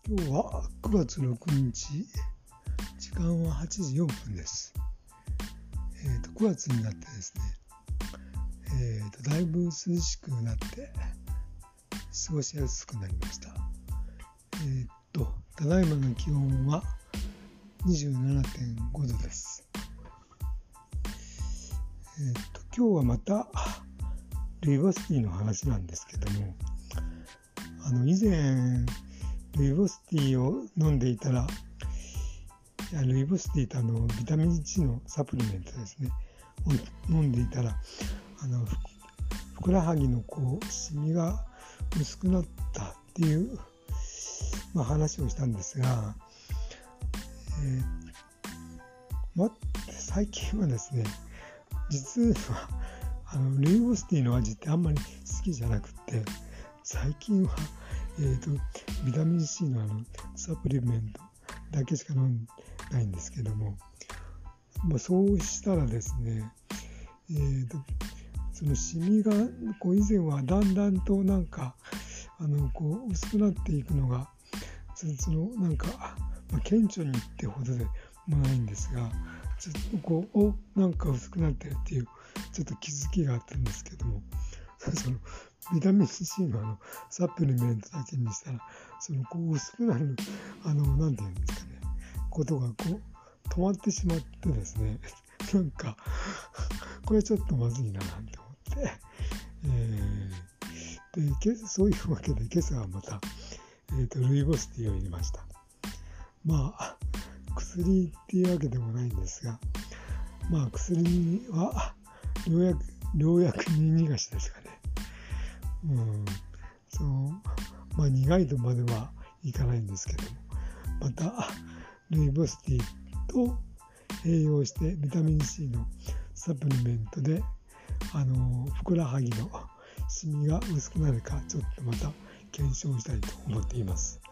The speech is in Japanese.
今日は9月6日、時間は8時4分です。9月になってですね、だいぶ涼しくなって過ごしやすくなりました。ただいまの気温は 27.5 度です。今日はまたルイボスティーの話なんですけども、以前ルイボスティーを飲んでいたら、ルイボスティーとビタミン C のサプリメントですねを飲んでいたら、ふくらはぎのシミが薄くなったっていう、話をしたんですが、最近はですね、実はルイボスティーの味ってあんまり好きじゃなくて、最近は、ビタミン C のサプリメントだけしか飲んでないんですけども、そうしたらですね、そのシミが以前はだんだんと薄くなっていくのが顕著にってほどでもないんですが、ちょっと薄くなってるっていうちょっと気づきがあったんですけども、そのビタミン C のサプリメントだけにしたら薄くなるなんていうんですかね、ことが止まってしまってですね、これちょっとまずいななんて思って、でそういうわけで今朝はまた、ルイボスティーを入れました。薬っていうわけでもないんですが、薬は良薬に逃がしですかね。苦いとまではいかないんですけども、またルイボスティーと併用してビタミン C のサプリメントでふくらはぎのシミが薄くなるかちょっとまた検証したいと思っています。